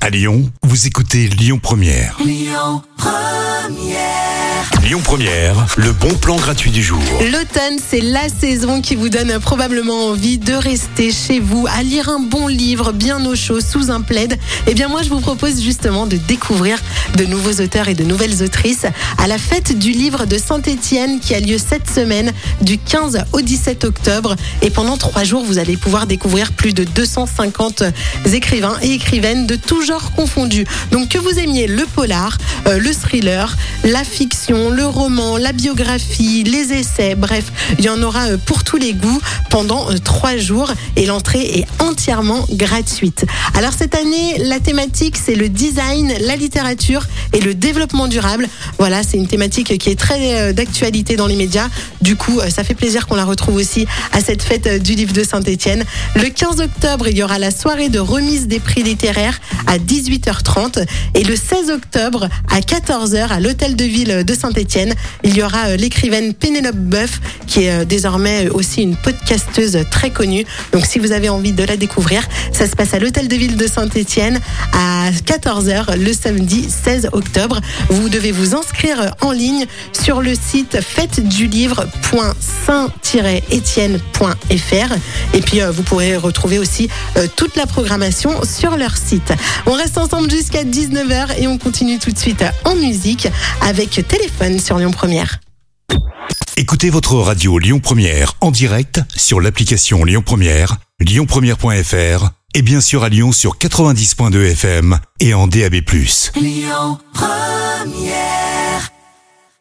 À Lyon, vous écoutez Lyon Première. Lyon Première. Lyon Première, le bon plan gratuit du jour. L'automne, c'est la saison qui vous donne probablement envie de rester chez vous, à lire un bon livre bien au chaud, sous un plaid. Eh bien moi, je vous propose justement de découvrir de nouveaux auteurs et de nouvelles autrices à la fête du livre de Saint-Étienne qui a lieu cette semaine du 15 au 17 octobre. Et pendant 3 jours, vous allez pouvoir découvrir plus de 250 écrivains et écrivaines de tous genres confondus. Donc que vous aimiez le polar, le thriller, la fiction, le roman, la biographie, les essais, bref, il y en aura pour tous les goûts pendant 3 jours et l'entrée est entièrement gratuite. Alors cette année, la thématique c'est le design, la littérature et le développement durable. Voilà, c'est une thématique qui est très d'actualité dans les médias. Du coup, ça fait plaisir qu'on la retrouve aussi à cette fête du livre de Saint-Étienne. Le 15 octobre, il y aura la soirée de remise des prix littéraires à 18h30 et le 16 octobre à 14h à l'hôtel de ville de Saint-Étienne, il y aura l'écrivaine Pénélope Boeuf qui est désormais aussi une podcasteuse très connue. Donc si vous avez envie de la découvrir, ça se passe à l'hôtel de ville de Saint-Étienne à 14h le samedi 16 octobre. Vous devez vous inscrire en ligne sur le site fêtedulivre.saint-étienne.fr et puis vous pourrez retrouver aussi toute la programmation sur leur site. On reste ensemble jusqu'à 19h et on continue tout de suite en musique avec Téléphone sur Lyon Première. Écoutez votre radio Lyon Première en direct sur l'application Lyon Première, lyonpremière.fr et bien sûr à Lyon sur 90.2 FM et en DAB+. Lyon Première.